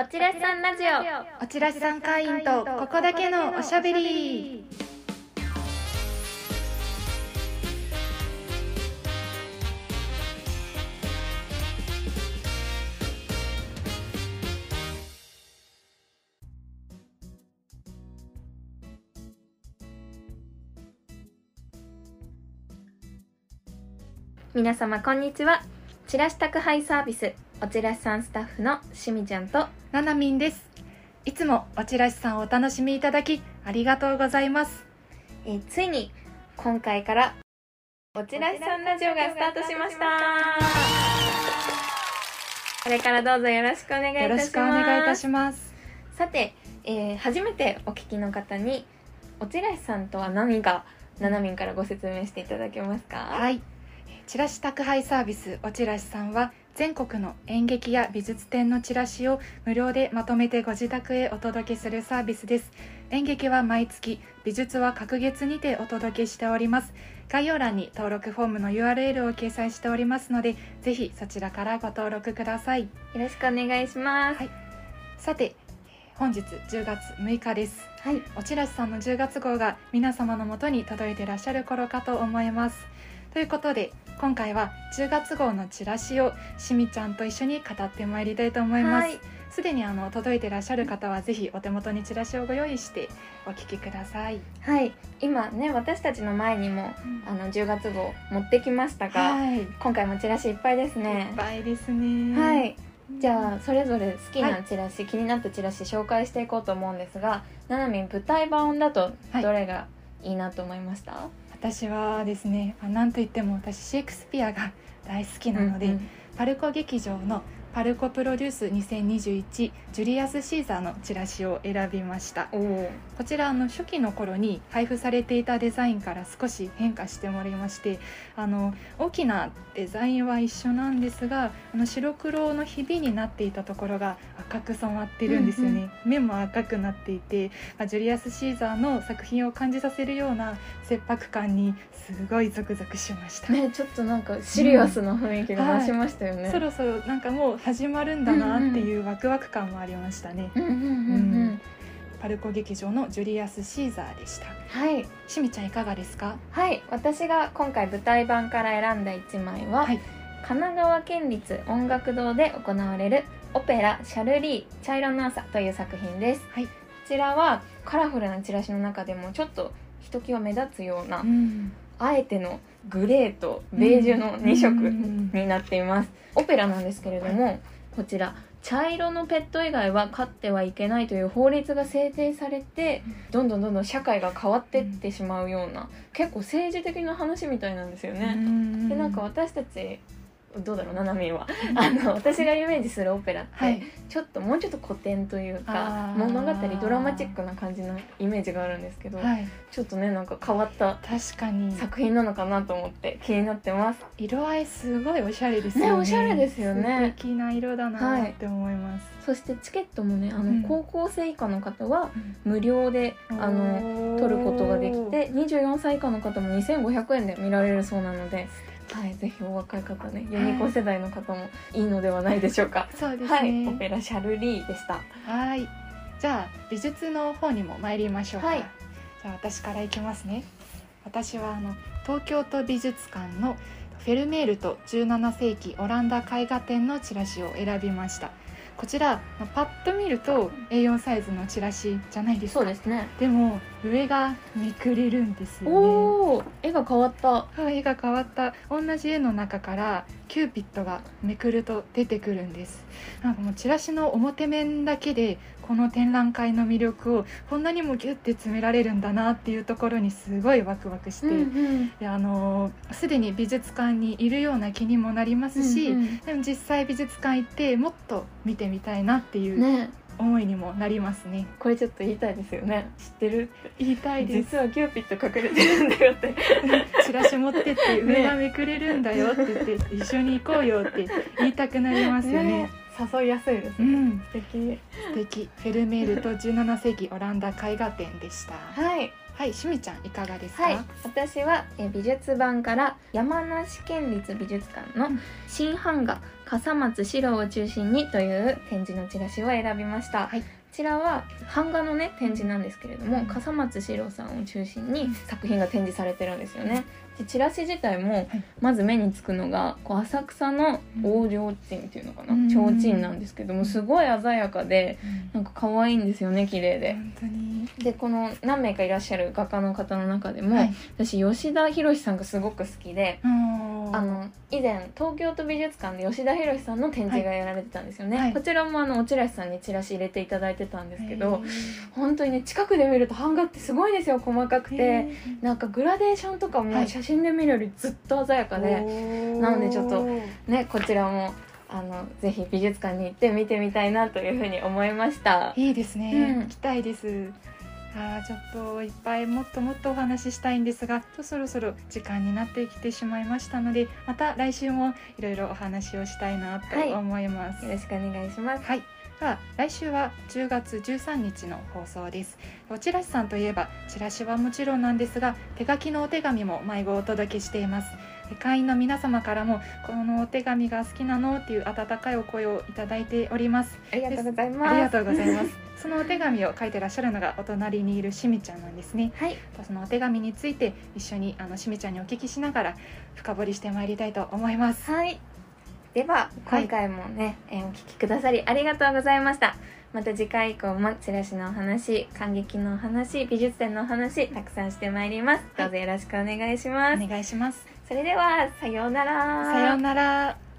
おちらしさんラジオ。 おちらしさん会員とここだけのおしゃべり。 皆様こんにちは。チラシ宅配サービスおちらしさんスタッフのしみちゃんとななみんです。いつもおちらしさんをお楽しみいただきありがとうございます。 ついに今回からおちらしさんラジオがスタートしました。これからどうぞよろしくお願いいたします。 よろしくお願いいたします。 さて、初めてお聞きの方におちらしさんとは何かななみんからご説明していただけますか？ はい、チラシ宅配サービスおちらしさんは全国の演劇や美術展のチラシを無料でまとめてご自宅へお届けするサービスです。演劇は毎月、美術は隔月にてお届けしております。概要欄に登録フォームの URL を掲載しておりますので、ぜひそちらからご登録ください。 よろしくお願いします。 はい、さて本日10月6日です。 はい、 おちらしさんの10月号が皆様のもとに届いていらっしゃる頃かと思います。ということで今回は10月号のチラシをしみちゃんと一緒に語ってまいりたいと思います。すでに届いていらっしゃる方はぜひお手元にチラシをご用意してお聞きください。 はい、今ね私たちの前にも、10月号持ってきましたが、 はい、 今回もチラシいっぱいですね。 いっぱいですね。 はい、じゃあそれぞれ好きなチラシ、気になったチラシ紹介していこうと思うんですが、ななみん舞台版だとどれがいいなと思いました？ 私はですね、なんといっても私シェイクスピアが大好きなので、パルコ劇場のパルコプロデュース2021ジュリアス・シーザーのチラシを選びました。こちら初期の頃に配布されていたデザインから少し変化してもらいまして、大きなデザインは一緒なんですが、白黒のひびになっていたところが赤く染まってるんですよね。目も赤くなっていて、ジュリアス・シーザーの作品を感じさせるような切迫感にすごいゾクゾクしましたね。ちょっとなんかシリアスな雰囲気が増しましたよね。 そろそろなんかもう始まるんだなっていうワクワク感もありましたね。パルコ劇場のジュリアス・シーザーでした。はい、しみちゃんいかがですか？ はい、私が今回舞台版から選んだ1枚は、神奈川県立音楽堂で行われるオペラシャルリー茶色の朝という作品です。こちらはカラフルなチラシの中でもちょっとひときわ目立つような、あえてのグレーとベージュの2色になっています。オペラなんですけれども、こちら茶色のペット以外は飼ってはいけないという法律が制定されて、どんどん社会が変わっていってしまうような、結構政治的な話みたいなんですよね。でなんか私たちどうだろう、ななみんは私がイメージするオペラって、もうちょっと古典というか物語ドラマチックな感じのイメージがあるんですけど、ちょっとねなんか変わった作品なのかなと思って気になってます。 色合いすごいおしゃれですよね。 おしゃれですよね。 素敵な色だなって思います。 そしてチケットもね高校生以下の方は無料で取ることができて、24歳以下の方も2500円で見られるそうなので、ぜひお若い方ね、ユニコ世代の方もいいのではないでしょうか。 そうですね。 オペラシャルリーでした。 じゃあ美術の方にも参りましょうか。じゃあ私からいきますね。私は東京都美術館のフェルメールと17世紀オランダ絵画展のチラシを選びました。こちらパッと見ると A4 サイズのチラシじゃないですか。 そうですね。 でも上がめくれるんですよね。 絵が変わった。 絵が変わった。同じ絵の中からキューピッドがめくると出てくるんです。なんかもうチラシの表面だけでこの展覧会の魅力をこんなにもギュッて詰められるんだなっていうところにすごいワクワクして、すでに美術館にいるような気にもなりますし、でも実際美術館行ってもっと見てみたいなっていう思いにもなりますね。 これちょっと言いたいですよね。知ってる？ 言いたいです。 実はキューピッド隠れてるんだよってチラシ持ってって上がめくれるんだよって言って一緒に行こうよって言いたくなりますよね。 誘いやすいですね。素敵。フェルメールと17世紀オランダ絵画展でした。 はい、 しみちゃんいかがですか？ 私は美術版から山梨県立美術館の新版画笠松史郎を中心にという展示のチラシを選びました。こちらは版画のね展示なんですけれども、笠松史郎さんを中心に作品が展示されてるんですよね。でチラシ自体もまず目につくのがこう浅草の大提灯っていうのかな、提灯なんですけども、すごい鮮やかでなんか可愛いんですよね、綺麗で。 本当に。 でこの何名かいらっしゃる画家の方の中でも、私吉田博さんがすごく好きで、以前東京都美術館で吉田博さんの展示がやられてたんですよね。こちらもおちらしさんにチラシ入れていただいてたんですけど、本当にね近くで見ると版画ってすごいですよ、細かくて。なんかグラデーションとかも写真で見るよりずっと鮮やかで、なのでちょっとねこちらもぜひ美術館に行って見てみたいなというふうに思いました。 いいですね、行きたいです。ちょっといっぱいもっともっとお話ししたいんですが、そろそろ時間になってきてしまいましたので、また来週もいろいろお話をしたいなと思います。 よろしくお願いします。 来週は10月13日の放送です。おちらしさんといえばチラシはもちろんなんですが、手書きのお手紙も毎号お届けしています。会員の皆様からもこのお手紙が好きなのっていう温かいお声をいただいております。 ありがとうございます。 ありがとうございますそのお手紙を書いてらっしゃるのがお隣にいるしみちゃんなんですね。そのお手紙について一緒にしみちゃんにお聞きしながら深掘りしてまいりたいと思います。 では今回もね、お聞きくださりありがとうございました。また次回以降もチラシのお話、観劇のお話、美術展のお話たくさんしてまいります。どうぞよろしくお願いします。 お願いします。 それではさようなら。 さようなら。